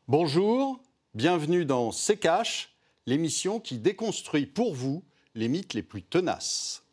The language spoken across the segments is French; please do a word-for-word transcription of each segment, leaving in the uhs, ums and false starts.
Bonjour, bienvenue dans C'est Cash, l'émission qui déconstruit pour vous les mythes les plus tenaces.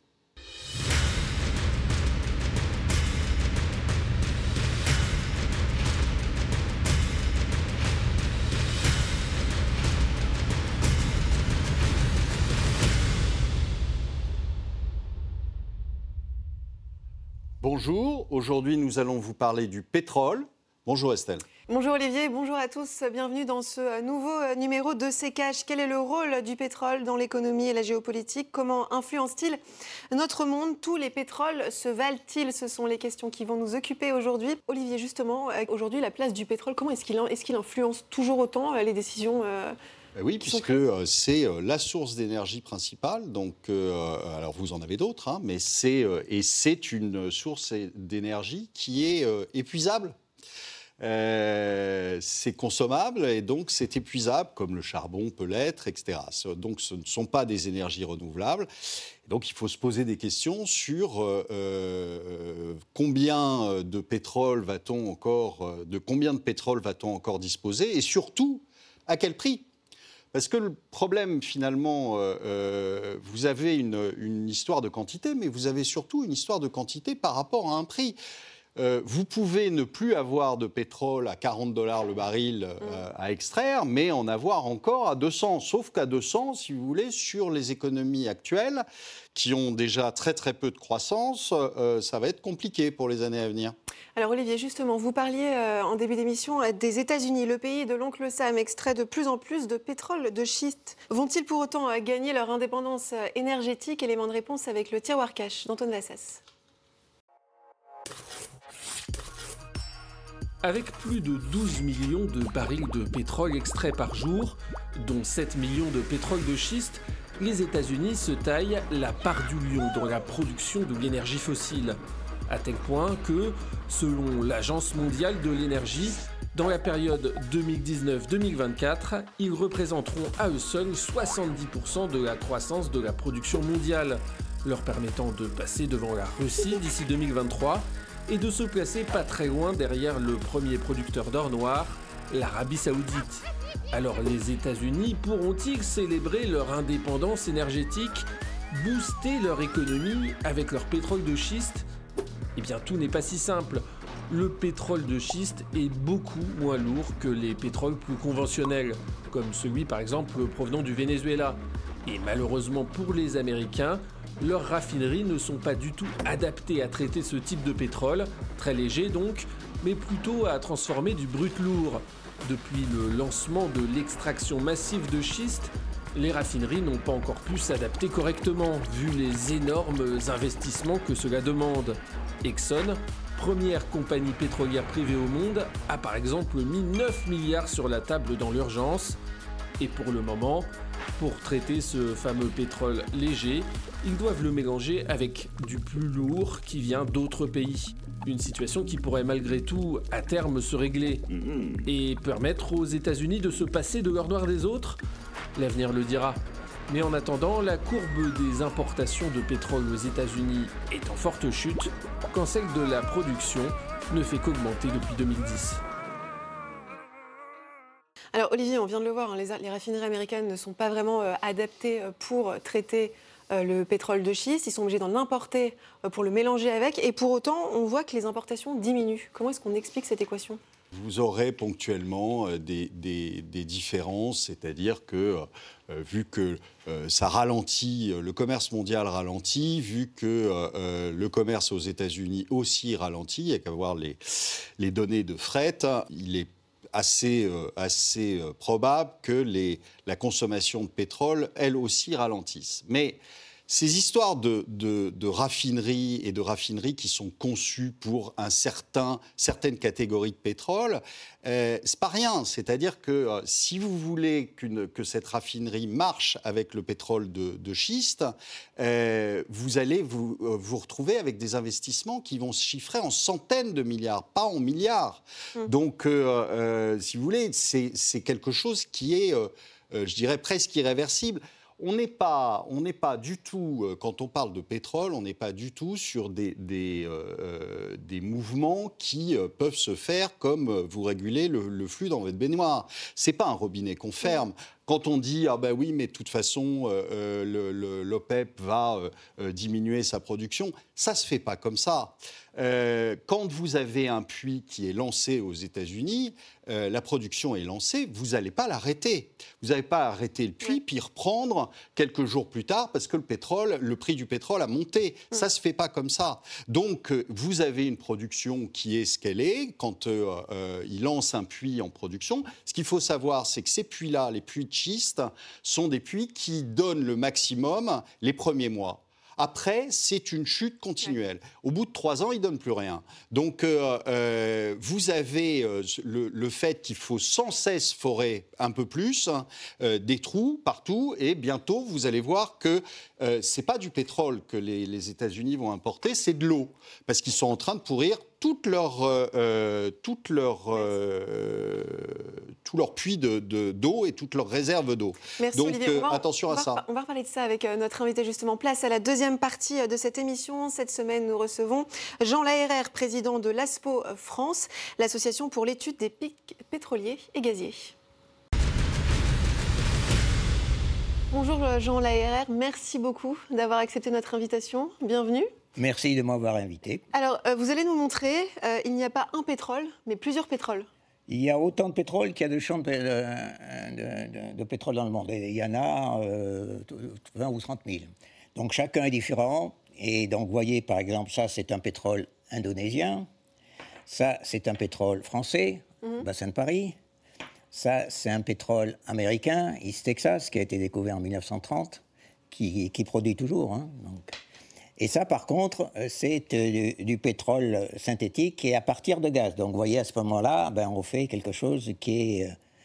Bonjour, aujourd'hui nous allons vous parler du pétrole. Bonjour Estelle. Bonjour Olivier, bonjour à tous, bienvenue dans ce nouveau numéro de C'est Cash. Quel est le rôle du pétrole dans l'économie et la géopolitique? Comment influence-t-il notre monde? Tous les pétroles se valent-ils? Ce sont les questions qui vont nous occuper aujourd'hui. Olivier, justement, aujourd'hui, la place du pétrole, comment est-ce qu'il, est-ce qu'il influence toujours autant les décisions euh, Oui, puisque euh, c'est euh, la source d'énergie principale. Donc, euh, alors vous en avez d'autres, hein, mais c'est euh, et c'est une source d'énergie qui est euh, épuisable. Euh, c'est consommable et donc c'est épuisable, comme le charbon peut l'être, et cetera. Donc ce ne sont pas des énergies renouvelables. Donc il faut se poser des questions sur euh, euh, combien de pétrole va-t-on encore, de combien de pétrole va-t-on encore disposer et surtout à quel prix. Parce que le problème, finalement, euh, euh, vous avez une, une histoire de quantité, mais vous avez surtout une histoire de quantité par rapport à un prix. Euh, vous pouvez ne plus avoir de pétrole à quarante dollars le baril euh, à extraire, mais en avoir encore à deux cents. Sauf qu'à deux cents, si vous voulez, sur les économies actuelles, qui ont déjà très très peu de croissance, euh, ça va être compliqué pour les années à venir. Alors Olivier, justement, vous parliez euh, en début d'émission euh, des États-Unis. Le pays de l'oncle Sam extrait de plus en plus de pétrole de schiste. Vont-ils pour autant euh, gagner leur indépendance euh, énergétique? Élément de réponse avec le tiroir cash d'Antoine Vassas. Avec plus de douze millions de barils de pétrole extraits par jour, dont sept millions de pétrole de schiste, les États-Unis se taillent la part du lion dans la production de l'énergie fossile. À tel point que, selon l'Agence mondiale de l'énergie, dans la période deux mille dix-neuf deux mille vingt-quatre, ils représenteront à eux seuls soixante-dix pour cent de la croissance de la production mondiale, leur permettant de passer devant la Russie d'ici deux mille vingt-trois et de se placer pas très loin derrière le premier producteur d'or noir, l'Arabie Saoudite. Alors les États-Unis pourront-ils célébrer leur indépendance énergétique, booster leur économie avec leur pétrole de schiste? Eh bien tout n'est pas si simple. Le pétrole de schiste est beaucoup moins lourd que les pétroles plus conventionnels, comme celui par exemple provenant du Venezuela. Et malheureusement pour les Américains, leurs raffineries ne sont pas du tout adaptées à traiter ce type de pétrole, très léger donc, mais plutôt à transformer du brut lourd. Depuis le lancement de l'extraction massive de schiste, les raffineries n'ont pas encore pu s'adapter correctement, vu les énormes investissements que cela demande. Exxon, première compagnie pétrolière privée au monde, a par exemple mis neuf milliards sur la table dans l'urgence. Et pour le moment, pour traiter ce fameux pétrole léger, ils doivent le mélanger avec du plus lourd qui vient d'autres pays. Une situation qui pourrait malgré tout, à terme, se régler et permettre aux États-Unis de se passer de l'or noir des autres. L'avenir le dira. Mais en attendant, la courbe des importations de pétrole aux États-Unis est en forte chute, quand celle de la production ne fait qu'augmenter depuis deux mille dix. Alors Olivier, on vient de le voir, hein, les, les raffineries américaines ne sont pas vraiment euh, adaptées pour traiter euh, le pétrole de schiste. Ils sont obligés d'en importer euh, pour le mélanger avec. Et pour autant, on voit que les importations diminuent. Comment est-ce qu'on explique cette équation ? Vous aurez ponctuellement euh, des, des, des différences, c'est-à-dire que euh, vu que euh, ça ralentit, le commerce mondial ralentit, vu que euh, le commerce aux États-Unis aussi ralentit, il n'y a qu'à voir les, les données de fret, il est assez, euh, assez euh, probable que les, la consommation de pétrole, elle aussi, ralentisse. Mais ces histoires de, de, de raffineries et de raffineries qui sont conçues pour un certain, certaines catégories de pétrole, euh, c'est pas rien. C'est-à-dire que euh, si vous voulez qu'une, que cette raffinerie marche avec le pétrole de, de schiste, euh, vous allez vous, euh, vous retrouver avec des investissements qui vont se chiffrer en centaines de milliards, pas en milliards. Mmh. Donc, euh, euh, si vous voulez, c'est, c'est quelque chose qui est, euh, euh, je dirais, presque irréversible. on n'est pas, on n'est pas du tout, euh, quand on parle de pétrole, on n'est pas du tout sur des, des, euh, des mouvements qui euh, peuvent se faire comme euh, vous régulez le, le flux dans votre baignoire. C'est pas un robinet qu'on ferme. Quand on dit ah ben oui, mais de toute façon euh, le, le, l'OPEP va euh, diminuer sa production, ça se fait pas comme ça. Euh, quand vous avez un puits qui est lancé aux États-Unis, euh, la production est lancée, vous n'allez pas l'arrêter. Vous n'allez pas arrêter le puits, oui. puis reprendre quelques jours plus tard parce que le pétrole, le prix du pétrole a monté. Oui. Ça se fait pas comme ça. Donc euh, vous avez une production qui est ce qu'elle est. Quand euh, euh, il lance un puits en production, ce qu'il faut savoir, c'est que ces puits-là, les puits de schiste, sont des puits qui donnent le maximum les premiers mois. Après, c'est une chute continuelle. Au bout de trois ans, il ne donne plus rien. Donc, euh, euh, vous avez euh, le, le fait qu'il faut sans cesse forer un peu plus, euh, des trous partout, et bientôt, vous allez voir que euh, ce n'est pas du pétrole que les, les États-Unis vont importer, c'est de l'eau. Parce qu'ils sont en train de pourrir toutes leurs, euh, toutes leurs, euh, tous leurs puits de, de, d'eau et toutes leurs réserves d'eau. Merci Donc, Olivier. euh, va, attention à va, ça. On va reparler de ça avec euh, notre invité justement. Place à la deuxième partie de cette émission. Cette semaine, nous recevons Jean Laherer, président de l'ASPO France, l'association pour l'étude des pics pétroliers et gaziers. Bonjour Jean Laherer, merci beaucoup d'avoir accepté notre invitation. Bienvenue. Merci de m'avoir invité. Alors, euh, vous allez nous montrer, euh, il n'y a pas un pétrole, mais plusieurs pétroles. Il y a autant de pétrole qu'il y a de champs de, de, de, de pétrole dans le monde. Et il y en a euh, vingt ou trente mille. Donc chacun est différent. Et donc, vous voyez, par exemple, ça, c'est un pétrole indonésien. Ça, c'est un pétrole français, mm-hmm. bassin de Paris. Ça, c'est un pétrole américain, East Texas, qui a été découvert en mille neuf cent trente, qui, qui produit toujours. Hein, donc. Et ça, par contre, c'est du, du pétrole synthétique et à partir de gaz. Donc, vous voyez, à ce moment-là, ben, on fait quelque chose qui est,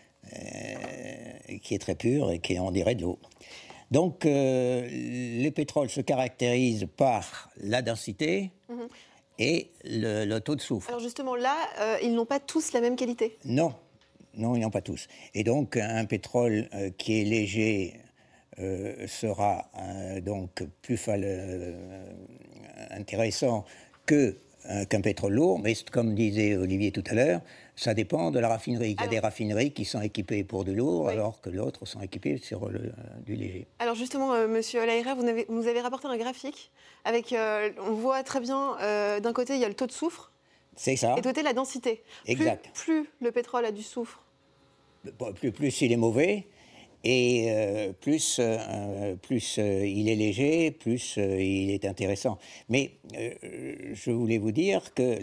euh, qui est très pur et qui est, on dirait, de l'eau. Donc, euh, les pétroles se caractérisent par la densité mmh. et le, le taux de soufre. Alors, justement, là, euh, ils n'ont pas tous la même qualité. Non, non, ils n'ont pas tous. Et donc, un pétrole euh, qui est léger... Euh, sera euh, donc plus fal- euh, intéressant que, euh, qu'un pétrole lourd, mais comme disait Olivier tout à l'heure, ça dépend de la raffinerie. Il y a alors, des raffineries qui sont équipées pour du lourd, oui. alors que d'autres sont équipées sur le, euh, du léger. Alors justement, euh, Monsieur Laherer, vous, avez, vous nous avez rapporté un graphique avec, euh, on voit très bien, euh, d'un côté il y a le taux de soufre, c'est ça. et de l'autre côté la densité. Exact. Plus, plus le pétrole a du soufre, plus, plus il est mauvais. Et euh, plus, euh, plus euh, il est léger, plus euh, il est intéressant. Mais euh, je voulais vous dire que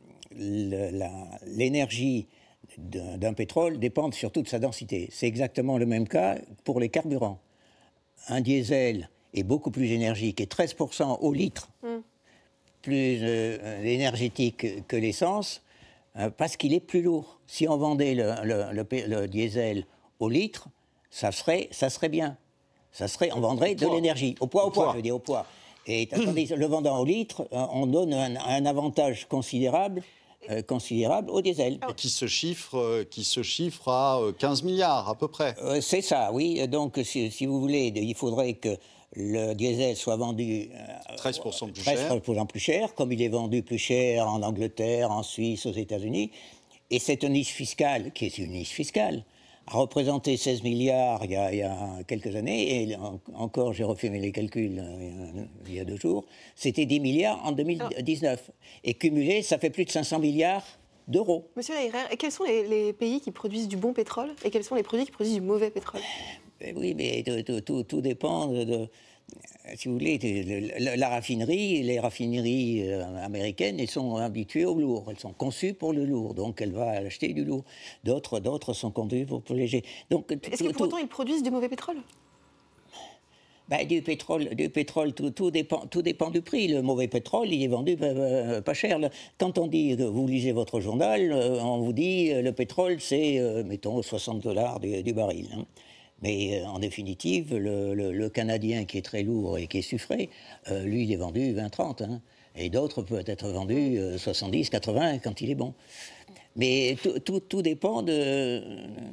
la, la, l'énergie d'un, d'un pétrole dépend surtout de sa densité. C'est exactement le même cas pour les carburants. Un diesel est beaucoup plus énergique et treize pour cent au litre mm. plus euh, énergétique que l'essence euh, parce qu'il est plus lourd. Si on vendait le, le, le, le diesel au litre, Ça serait, ça serait bien. Ça serait, on vendrait de l'énergie. Au poids, au, au poids, poids, je veux dire, au poids. Et tandis, le vendant au litre, on donne un, un avantage considérable, euh, considérable au diesel. Qui se chiffre, euh, qui se chiffre à quinze milliards, à peu près. Euh, c'est ça, oui. Donc, si, si vous voulez, il faudrait que le diesel soit vendu euh, treize pour cent plus treize cher. pour cent plus cher, comme il est vendu plus cher en Angleterre, en Suisse, aux États-Unis. Et c'est une niche fiscale, qui est une niche fiscale, a représenté seize milliards il y a, il y a quelques années, et en, encore, j'ai refait les calculs euh, il y a deux jours, c'était dix milliards en deux mille dix-neuf. Et cumulé, ça fait plus de cinq cents milliards d'euros. Monsieur Laherer, quels sont les, les pays qui produisent du bon pétrole et quels sont les produits qui produisent du mauvais pétrole ? Ben oui, mais tout, tout, tout dépend de... de si vous voulez, la, la raffinerie, les raffineries euh, américaines, elles sont habituées au lourd. Elles sont conçues pour le lourd, donc elle va acheter du lourd. D'autres, d'autres sont conçues pour, pour le léger. Donc, Est-ce tout, que pour autant ils produisent du mauvais pétrole ? Ben, du pétrole, du pétrole tout, tout, dépend, tout dépend du prix. Le mauvais pétrole, il est vendu euh, pas cher. Quand on dit que vous lisez votre journal, euh, on vous dit euh, le pétrole, c'est, euh, mettons, soixante dollars du, du baril. Hein. Mais euh, en définitive, le, le, le Canadien qui est très lourd et qui est sucré, euh, lui, il est vendu vingt trente. Hein, et d'autres peuvent être vendus euh, soixante-dix, quatre-vingts quand il est bon. Mais tout, tout, tout dépend de,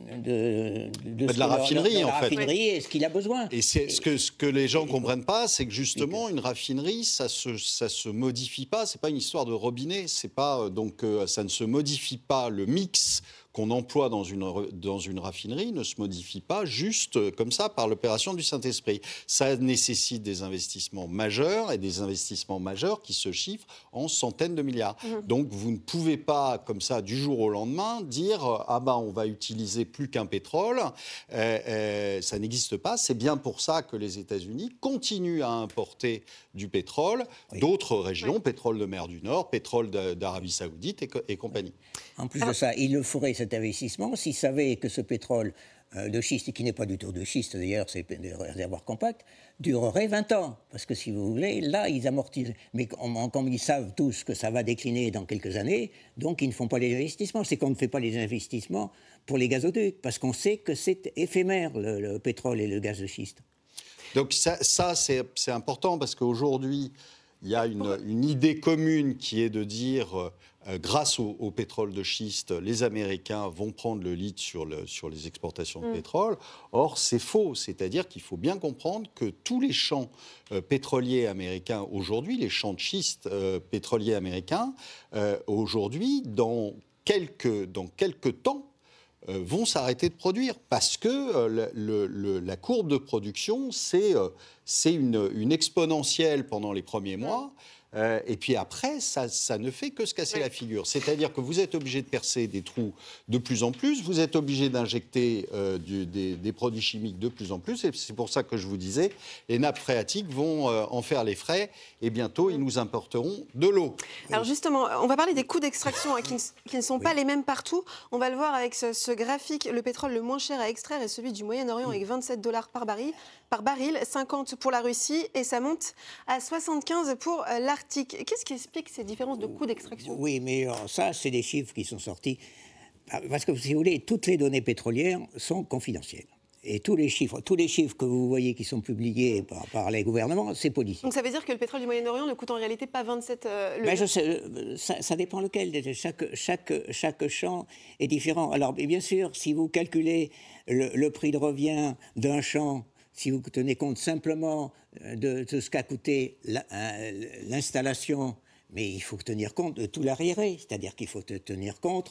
de, de, de ce la que raffinerie, de la en fait. raffinerie et ce qu'il a besoin. Et c'est, ce, que, ce que les gens ne comprennent pas, c'est que justement, une raffinerie, ça ne se, ça se modifie pas. Ce n'est pas une histoire de robinet. C'est pas, donc, euh, ça ne se modifie pas. Le mix qu'on emploie dans une, dans une raffinerie ne se modifie pas juste comme ça par l'opération du Saint-Esprit. Ça nécessite des investissements majeurs et des investissements majeurs qui se chiffrent en centaines de milliards. Mmh. Donc vous ne pouvez pas, comme ça, du jour au lendemain, dire « Ah ben, on va utiliser plus qu'un pétrole euh, ». Euh, ça n'existe pas. C'est bien pour ça que les États-Unis continuent à importer du pétrole oui. d'autres régions, oui. pétrole de mer du Nord, pétrole d'Arabie Saoudite et, et compagnie. En plus de ça, il le ferait cet investissement s'il savait que ce pétrole euh, de schiste, qui n'est pas du tout de schiste d'ailleurs, c'est des réservoirs compacts, durerait vingt ans. Parce que si vous voulez, là, ils amortissent. Mais comme, comme ils savent tous que ça va décliner dans quelques années, donc ils ne font pas les investissements. C'est qu'on ne fait pas les investissements pour les gazoducs, parce qu'on sait que c'est éphémère, le, le pétrole et le gaz de schiste. Donc ça, ça c'est, c'est important, parce qu'aujourd'hui, il y a une, une idée commune qui est de dire... Euh, grâce au, au pétrole de schiste, les Américains vont prendre le lead sur, le, sur les exportations de mmh. pétrole. Or, c'est faux. C'est-à-dire qu'il faut bien comprendre que tous les champs euh, pétroliers américains aujourd'hui, les champs de schiste euh, pétroliers américains, euh, aujourd'hui, dans quelques, dans quelques temps, euh, vont s'arrêter de produire. Parce que euh, le, le, la courbe de production, c'est, euh, c'est une, une exponentielle pendant les premiers mois. Mmh. Euh, et puis après, ça, ça ne fait que se casser oui. la figure. C'est-à-dire que vous êtes obligé de percer des trous de plus en plus, vous êtes obligé d'injecter euh, du, des, des produits chimiques de plus en plus, et c'est pour ça que je vous disais, les nappes phréatiques vont euh, en faire les frais, et bientôt, ils nous importeront de l'eau. Alors justement, on va parler des coûts d'extraction hein, qui, ne, qui ne sont oui. pas les mêmes partout. On va le voir avec ce, ce graphique. Le pétrole le moins cher à extraire est celui du Moyen-Orient, oui. avec vingt-sept dollars par baril. par baril, cinquante pour la Russie, et ça monte à soixante-quinze pour l'Arctique. Qu'est-ce qui explique ces différences de coûts d'extraction ? Oui, mais ça, c'est des chiffres qui sont sortis. Parce que, si vous voulez, toutes les données pétrolières sont confidentielles. Et tous les chiffres, tous les chiffres que vous voyez qui sont publiés par, par les gouvernements, c'est politique. Donc ça veut dire que le pétrole du Moyen-Orient ne coûte en réalité pas vingt-sept... Euh, le... ben je sais, ça, ça dépend lequel. Chaque, chaque, chaque champ est différent. Alors, bien sûr, si vous calculez le, le prix de revient d'un champ, si vous tenez compte simplement de, de ce qu'a coûté la, l'installation, mais il faut tenir compte de tout l'arriéré, c'est-à-dire qu'il faut tenir compte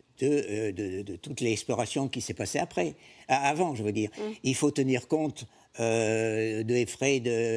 de, de, de toute l'exploration qui s'est passée après, avant, je veux dire. Mmh. Il faut tenir compte euh, des frais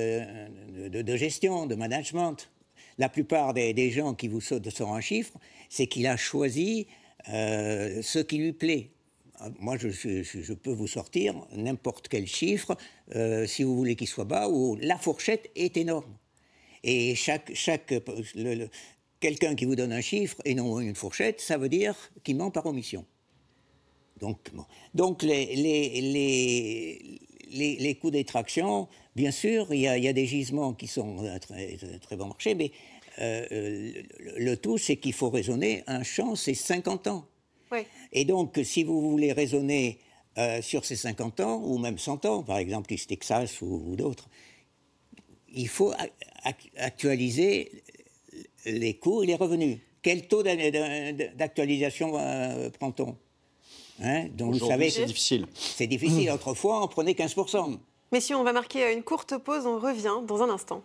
de, de, de gestion, de management. La plupart des, des gens qui vous sautent sur un chiffre, c'est qu'il a choisi euh, ce qui lui plaît. Moi, je, je, je peux vous sortir n'importe quel chiffre, euh, si vous voulez qu'il soit bas, où la fourchette est énorme. Et chaque, chaque, le, le, quelqu'un qui vous donne un chiffre et non une fourchette, ça veut dire qu'il ment par omission. Donc, bon. Donc les, les, les, les, les coûts d'extraction, bien sûr, il y a, il y a des gisements qui sont à très, très bon marché, mais euh, le, le tout, c'est qu'il faut raisonner. Un champ, c'est cinquante ans. Oui. Et donc, si vous voulez raisonner euh, sur ces cinquante ans, ou même cent ans, par exemple, les Texas ou, ou d'autres, il faut actualiser les coûts et les revenus. Quel taux d'actualisation euh, prend-on hein? Donc, vous savez, c'est difficile. C'est difficile. Autrefois, on prenait quinze pour cent. Messieurs, on va marquer une courte pause. On revient dans un instant.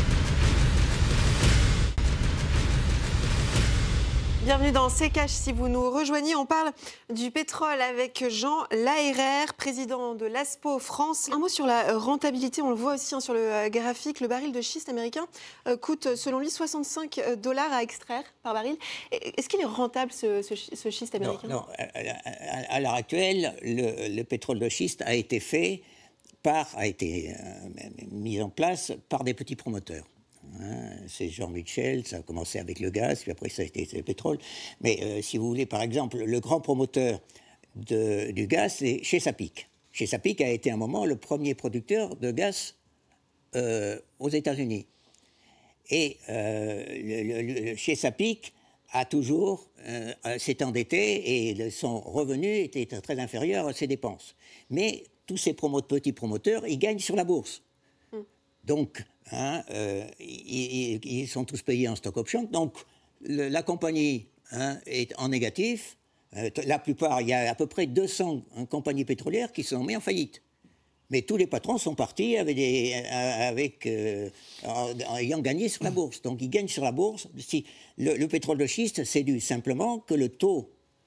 Bienvenue dans C Cash. Si vous nous rejoignez, on parle du pétrole avec Jean Laheyrer, président de l'ASPO France. Un mot sur la rentabilité, on le voit aussi hein, sur le graphique. Le baril de schiste américain euh, coûte, selon lui, soixante-cinq dollars à extraire par baril. Est-ce qu'il est rentable, ce, ce, ce schiste américain ? Non, non. À, à, à l'heure actuelle, le, le pétrole de schiste a été fait par, a été euh, mis en place par des petits promoteurs. Hein, c'est Jean Mitchell, ça a commencé avec le gaz, puis après ça a été le pétrole. Mais euh, si vous voulez, par exemple, le grand promoteur de, du gaz, c'est Chesapeake. Chesapeake a été à un moment le premier producteur de gaz euh, aux États-Unis. Et euh, le, le, le Chesapeake a toujours euh, s'est endetté et son revenu était très inférieur à ses dépenses. Mais tous ces promo- petits promoteurs, ils gagnent sur la bourse. Mm. Donc, Hein, euh, ils, ils sont tous payés en stock option. Donc, le, la compagnie hein, est en négatif. Euh, la plupart, il y a à peu près deux cents hein, compagnies pétrolières qui sont mises en faillite. Mais tous les patrons sont partis avec des, avec, euh, en, en ayant gagné sur la bourse. Donc ils gagnent sur la bourse. Si, le, le pétrole de schiste, c'est dû simplement que le taux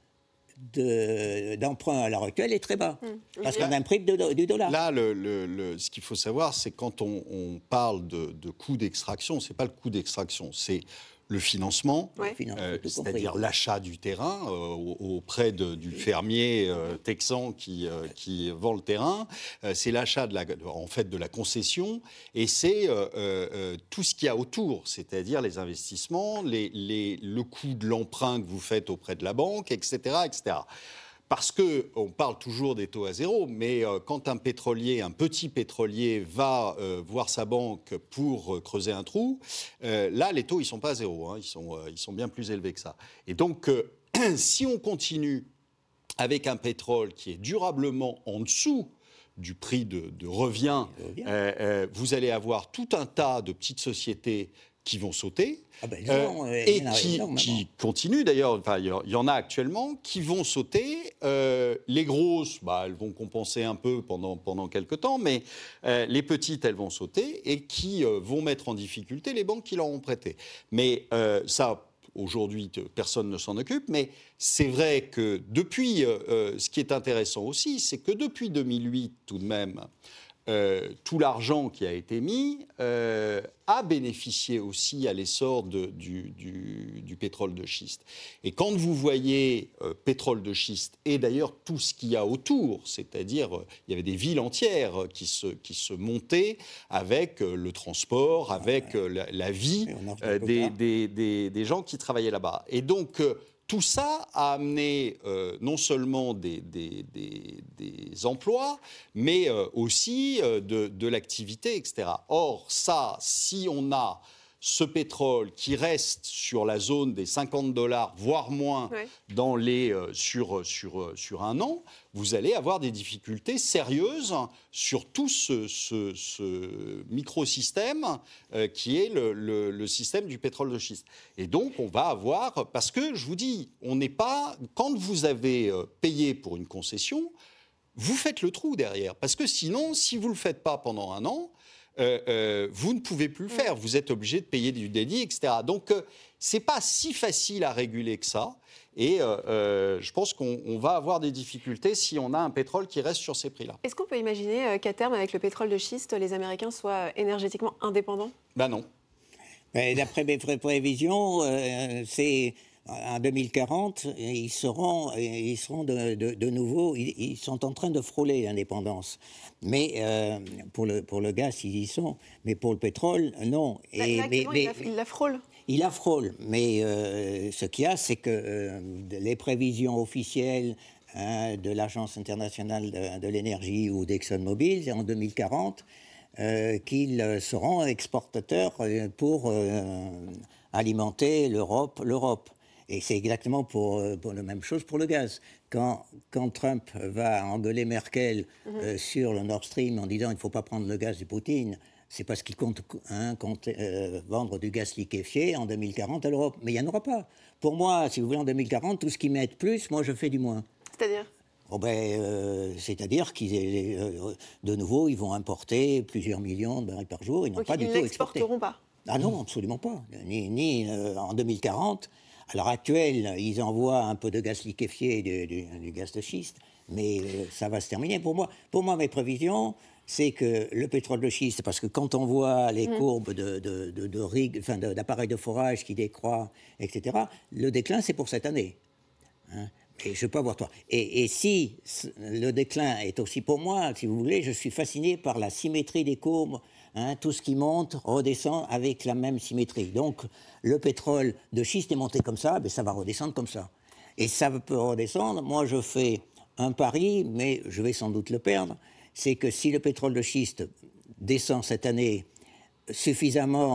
de, d'emprunt à l'heure actuelle est très bas. Mmh. Parce qu'on imprime de, du dollar. Là, le, le, le, ce qu'il faut savoir, c'est quand on, on parle de, de coût d'extraction, ce n'est pas le coût d'extraction, c'est le financement, ouais. euh, c'est-à-dire l'achat du terrain euh, auprès de, du fermier euh, texan qui, euh, qui vend le terrain. Euh, c'est l'achat de la, en fait, de la concession et c'est euh, euh, tout ce qu'il y a autour, c'est-à-dire les investissements, les, les, le coût de l'emprunt que vous faites auprès de la banque, et cetera, et cetera. Parce qu'on parle toujours des taux à zéro, mais euh, quand un pétrolier, un petit pétrolier va euh, voir sa banque pour euh, creuser un trou, euh, là, les taux, ils ne sont pas à zéro, hein, ils, sont, euh, ils sont bien plus élevés que ça. Et donc, euh, si on continue avec un pétrole qui est durablement en dessous du prix de, de revient, euh, euh, vous allez avoir tout un tas de petites sociétés qui vont sauter, ah ben, non, euh, et qui, qui continuent d'ailleurs, enfin, il y en a actuellement, qui vont sauter. Euh, les grosses, bah, elles vont compenser un peu pendant, pendant quelques temps, mais euh, les petites, elles vont sauter et qui euh, vont mettre en difficulté les banques qui leur ont prêté. Mais euh, ça, aujourd'hui, personne ne s'en occupe, mais c'est vrai que depuis, euh, ce qui est intéressant aussi, c'est que depuis deux mille huit, tout de même, Euh, tout l'argent qui a été mis euh, a bénéficié aussi à l'essor de, du, du, du pétrole de schiste. Et quand vous voyez euh, pétrole de schiste, et d'ailleurs tout ce qu'il y a autour, c'est-à-dire euh, il y avait des villes entières qui se, qui se montaient avec euh, le transport, avec euh, la, la vie euh, des, des, des, des gens qui travaillaient là-bas. Et donc, euh, tout ça a amené euh, non seulement des, des, des, des emplois, mais euh, aussi euh, de, de l'activité, et cetera. Or, ça, si on a ce pétrole qui reste sur la zone des cinquante dollars, voire moins, ouais. dans les, euh, sur, sur, sur un an, vous allez avoir des difficultés sérieuses sur tout ce, ce, ce microsystème euh, qui est le, le, le système du pétrole de schiste. Et donc, on va avoir... Parce que, je vous dis, on n'est pas... Quand vous avez payé pour une concession, vous faites le trou derrière. Parce que sinon, si vous ne le faites pas pendant un an, Euh, euh, vous ne pouvez plus le faire, vous êtes obligé de payer du délit, et cetera. Donc, euh, ce n'est pas si facile à réguler que ça. Et euh, euh, je pense qu'on on va avoir des difficultés si on a un pétrole qui reste sur ces prix-là. Est-ce qu'on peut imaginer euh, qu'à terme, avec le pétrole de schiste, les Américains soient énergétiquement indépendants ? Ben non. Ben, d'après mes prévisions, euh, c'est... En deux mille quarante, ils seront, ils seront de, de, de nouveau, ils, ils sont en train de frôler l'indépendance. Mais euh, pour, le, pour le gaz, ils y sont. Mais pour le pétrole, non. Et, là, mais, mais, il, la, il la frôle. Il la frôle. Mais euh, ce qu'il y a, c'est que euh, les prévisions officielles hein, de l'Agence internationale de, de l'énergie ou d'ExxonMobil, en deux mille quarante, euh, qu'ils seront exportateurs pour euh, alimenter l'Europe. l'Europe. Et c'est exactement pour, pour la même chose pour le gaz. Quand, quand Trump va engueuler Merkel mmh. euh, sur le Nord Stream en disant qu'il ne faut pas prendre le gaz de Poutine, c'est parce qu'il compte, hein, compte euh, vendre du gaz liquéfié en deux mille quarante à l'Europe. Mais il n'y en aura pas. Pour moi, si vous voulez, en deux mille quarante, tout ce qui met plus, moi, je fais du moins. C'est-à-dire oh ben, euh, C'est-à-dire qu'ils, euh, de nouveau, ils vont importer plusieurs millions de barils par jour. Ils n'ont Donc pas ils du tout exporté. Ils n'exporteront pas. Ah non, absolument pas. Ni, ni euh, en deux mille quarante. À l'heure actuelle, ils envoient un peu de gaz liquéfié et du, du, du gaz de schiste, mais euh, ça va se terminer. Pour moi, pour moi, mes prévisions, c'est que le pétrole de schiste, parce que quand on voit les mmh. courbes de, de, de, de rig, enfin de, d'appareils de forage qui décroît, et cetera, le déclin, c'est pour cette année. Hein. Et je peux avoir toi. Et, et si le déclin est aussi pour moi, si vous voulez, je suis fasciné par la symétrie des courbes. Hein, tout ce qui monte redescend avec la même symétrie. Donc, le pétrole de schiste est monté comme ça, mais ça va redescendre comme ça. Et ça peut redescendre. Moi, je fais un pari, mais je vais sans doute le perdre. C'est que si le pétrole de schiste descend cette année suffisamment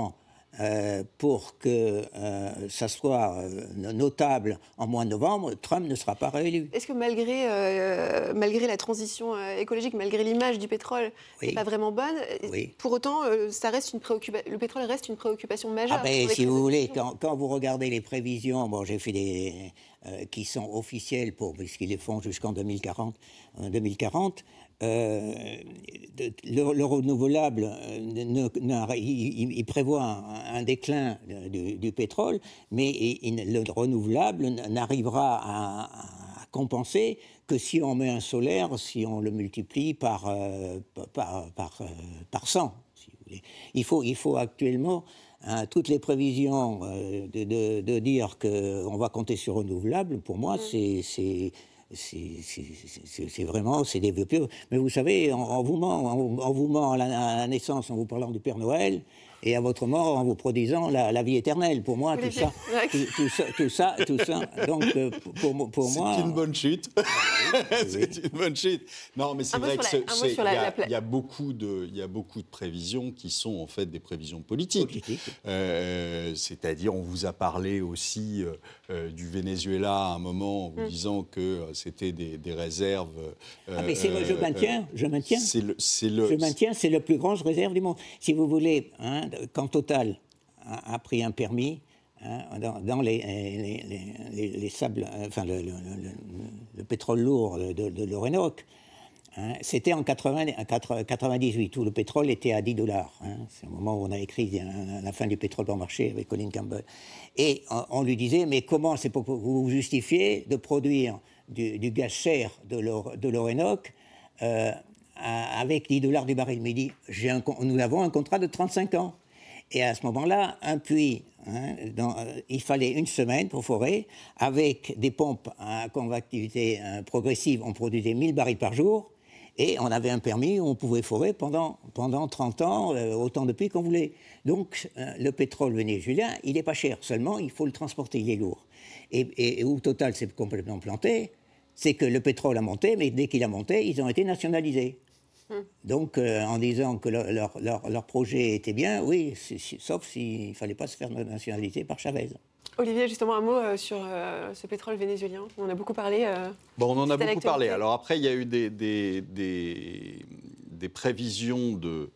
euh, pour que euh, ça soit euh, notable en mois de novembre, Trump ne sera pas réélu. Est-ce que malgré, euh, malgré la transition euh, écologique, malgré l'image du pétrole qui n'est Oui. pas vraiment bonne, Oui. pour autant, euh, ça reste une préoccupa- le pétrole reste une préoccupation majeure? Ah ben, pour les si vous voulez, préoccupations. quand, quand vous regardez les prévisions, bon, j'ai fait des euh, qui sont officielles pour puisqu'ils les font jusqu'en deux mille quarante, euh, deux mille quarante, euh, de- le, le renouvelable, euh, ne, ne- il, il prévoit un, un déclin du, du pétrole, mais il- il- le renouvelable n'arrivera à, à compenser que si on met un solaire, si on le multiplie par euh, par par, euh, par cent. Si vous voulez. Il faut il faut actuellement Hein, toutes les prévisions euh, de, de, de dire qu'on va compter sur renouvelable, pour moi, Mm. c'est, c'est, c'est, c'est, c'est, c'est vraiment c'est des vœux pieux. Mais vous savez, on, on vous ment, on, on vous ment à la, à la naissance en vous parlant du Père Noël, et à votre mort en vous produisant la, la vie éternelle. Pour moi, tout Olivier, ça, ouais. tout, tout ça, tout ça, tout ça. Donc, euh, pour, pour moi, C'est une bonne chute. C'est une bonne chute. Non, mais c'est Un mot vrai sur que la- ce- un mot c'est- sur il la- y a- la pla- il y a beaucoup de, il y a beaucoup de prévisions qui sont en fait des prévisions politiques. Politique. Euh, c'est-à-dire, on vous a parlé aussi euh, euh, du Venezuela à un moment en vous Mm. disant que euh, c'était des, des réserves. euh, ah, mais c'est, je euh, maintiens, je maintiens. C'est le, c'est le- Je maintiens, c'est la plus grande réserve du monde. Si vous voulez, hein, quand Total a, a pris un permis hein, dans, dans les, les, les, les, les sables, enfin le, le, le, le pétrole lourd de, de, de l'Orénoque, hein, c'était en quatre-vingts, quatre-vingt-dix-huit où le pétrole était à dix dollars. Hein, c'est au moment où on a écrit hein, la fin du pétrole bon marché avec Colin Campbell. Et on, on lui disait, mais comment c'est pour que vous vous justifiez de produire du, du gaz cher de, l'Or, de l'Orénoque euh, avec dix dollars du baril. Mais il dit, j'ai un, nous avons un contrat de trente-cinq ans. Et à ce moment-là, un puits, hein, dans, euh, il fallait une semaine pour forer, avec des pompes à convectivité euh, progressive, on produisait mille barils par jour, et on avait un permis où on pouvait forer pendant, pendant trente ans, euh, autant de puits qu'on voulait. Donc, euh, le pétrole vénézuélien, il n'est pas cher, seulement il faut le transporter, il est lourd. Et, et, et où Total s'est complètement planté, c'est que le pétrole a monté, mais dès qu'il a monté, ils ont été nationalisés. Donc, euh, en disant que leur, leur, leur, leur projet était bien, oui, c'est, c'est, sauf s'il ne fallait pas se faire nationaliser par Chavez. Olivier, justement, un mot euh, sur euh, ce pétrole vénézuélien. On en a beaucoup parlé. Euh, Bon, on en a c'était beaucoup parlé. l'actualité. Alors après, il y a eu des, des, des, des prévisions de,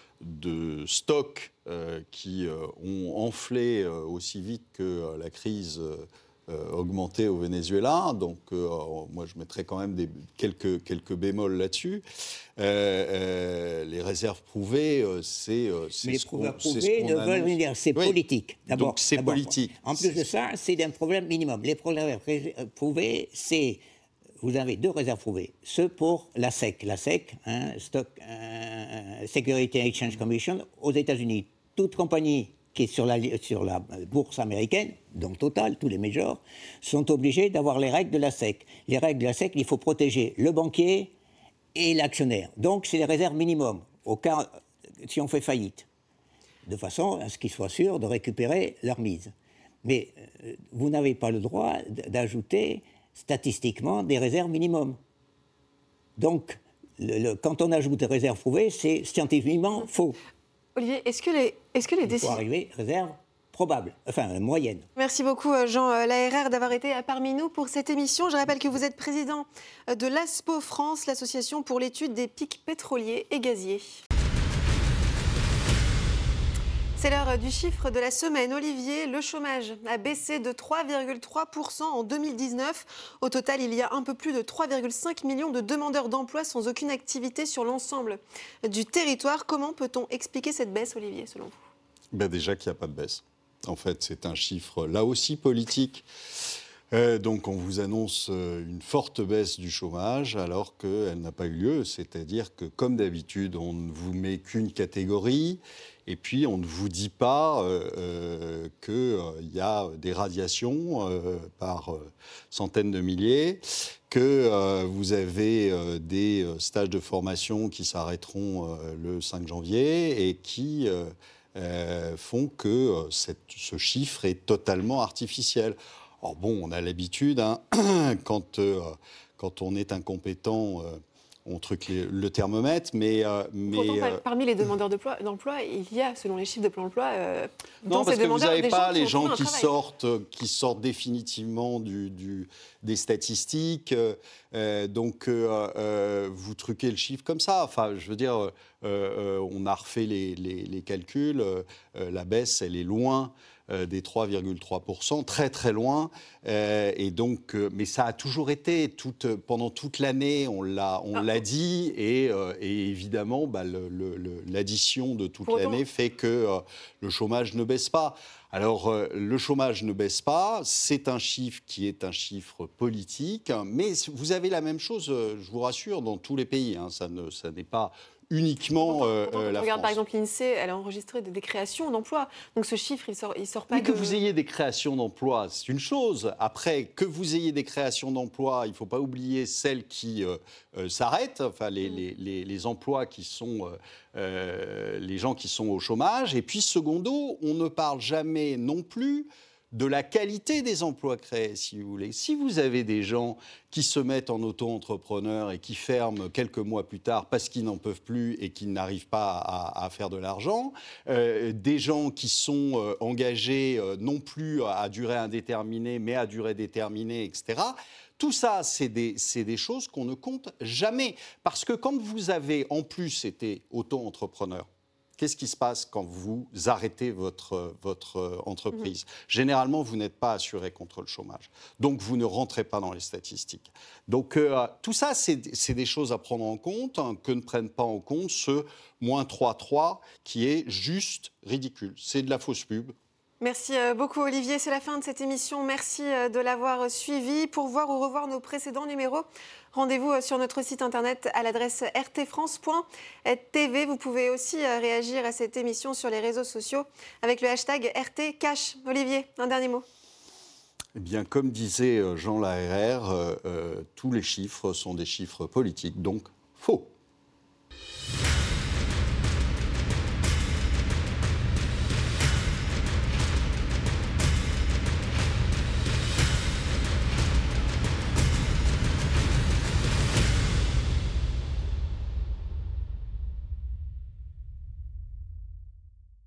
de stocks euh, qui euh, ont enflé euh, aussi vite que euh, la crise euh, euh, augmentait au Venezuela. Donc, euh, moi, je mettrais quand même des, quelques, quelques bémols là-dessus. Euh, euh, les réserves prouvées, euh, c'est, euh, c'est Mais les ce qu'on, prouver c'est ce prouvés qu'on ne veulent annonce. rien dire, c'est Oui. politique. D'abord, Donc, c'est d'abord. politique. En plus de ça, c'est un problème minimum. Les problèmes prouvés, c'est... Vous avez deux réserves prouvées. Ceux pour la S E C. La S E C, hein, Stock euh, Security Exchange Commission, aux États-Unis. Toute compagnie qui est sur la, sur la bourse américaine, donc Total, tous les majors, sont obligés d'avoir les règles de la S E C. Les règles de la S E C, il faut protéger le banquier et l'actionnaire. Donc, c'est les réserves minimum, au cas si on fait faillite, de façon à ce qu'ils soient sûrs de récupérer leur mise. Mais euh, vous n'avez pas le droit d'ajouter statistiquement des réserves minimum. Donc, le, le, quand on ajoute des réserves prouvées, c'est scientifiquement faux. Olivier, est-ce que les, est-ce que les Il faut décisions... arriver réserve probable, enfin euh, moyenne. Merci beaucoup Jean Laherrère d'avoir été parmi nous pour cette émission. Je rappelle que vous êtes président de l'ASPO France, l'association pour l'étude des pics pétroliers et gaziers. C'est l'heure du chiffre de la semaine. Olivier, le chômage a baissé de trois virgule trois pour cent en deux mille dix-neuf. Au total, il y a un peu plus de trois virgule cinq millions de demandeurs d'emploi sans aucune activité sur l'ensemble du territoire. Comment peut-on expliquer cette baisse, Olivier, selon vous ? Ben déjà qu'il n'y a pas de baisse. En fait, c'est un chiffre, là aussi, politique. Euh, donc, on vous annonce euh, une forte baisse du chômage alors qu'elle n'a pas eu lieu. C'est-à-dire que, comme d'habitude, on ne vous met qu'une catégorie et puis on ne vous dit pas euh, euh, qu'il euh, y a des radiations euh, par euh, centaines de milliers, que euh, vous avez euh, des stages de formation qui s'arrêteront euh, le cinq janvier et qui... Euh, Euh, font que euh, cette, ce chiffre est totalement artificiel. Alors bon, on a l'habitude, hein, quand, euh, quand on est incompétent, euh, on truque le, le thermomètre, mais... Euh, mais Pourtant, euh, parmi les demandeurs d'emploi, d'emploi, il y a, selon les chiffres de Pôle emploi, euh, non, parce que vous n'avez pas les gens qui travail. sortent, qui sortent définitivement du, du, des statistiques. Euh, donc, euh, euh, vous truquez le chiffre comme ça. Enfin, je veux dire, euh, euh, on a refait les, les, les calculs. Euh, la baisse, elle est loin des trois virgule trois pour cent, très très loin. Euh, et donc, euh, mais ça a toujours été, toute, pendant toute l'année, on l'a, on ah. l'a dit, et, euh, et évidemment, bah, le, le, l'addition de toute Pour l'année autant... fait que euh, le chômage ne baisse pas. Alors, euh, le chômage ne baisse pas, c'est un chiffre qui est un chiffre politique, mais vous avez la même chose, je vous rassure, dans tous les pays. Hein, ça, ne, ça n'est pas... uniquement euh, Pourtant, euh, la regarde France. Par exemple l'INSEE, elle a enregistré des, des créations d'emplois. Donc ce chiffre, il sort, il sort pas Mais de... que vous ayez des créations d'emplois, c'est une chose. Après, que vous ayez des créations d'emplois, il ne faut pas oublier celles qui euh, euh, s'arrêtent, enfin les, mm. les, les, les emplois qui sont... Euh, euh, les gens qui sont au chômage. Et puis, secondo, on ne parle jamais non plus de la qualité des emplois créés, si vous voulez. Si vous avez des gens qui se mettent en auto-entrepreneurs et qui ferment quelques mois plus tard parce qu'ils n'en peuvent plus et qu'ils n'arrivent pas à, à faire de l'argent, euh, des gens qui sont euh, engagés euh, non plus à durée indéterminée, mais à durée déterminée, et cetera, tout ça, c'est des, c'est des choses qu'on ne compte jamais. Parce que quand vous avez en plus été auto-entrepreneur, qu'est-ce qui se passe quand vous arrêtez votre, votre entreprise ? Mmh. Généralement, vous n'êtes pas assuré contre le chômage. Donc, vous ne rentrez pas dans les statistiques. Donc, euh, tout ça, c'est, c'est des choses à prendre en compte, hein, que ne prennent pas en compte ce moins trois virgule trois qui est juste ridicule. C'est de la fausse pub. Merci beaucoup Olivier, c'est la fin de cette émission. Merci de l'avoir suivi. Pour voir ou revoir nos précédents numéros, rendez-vous sur notre site internet à l'adresse r t france point t v. Vous pouvez aussi réagir à cette émission sur les réseaux sociaux avec le hashtag R T Cash. Olivier, un dernier mot. Eh bien, comme disait Jean Lahrer, euh, euh, tous les chiffres sont des chiffres politiques, donc faux.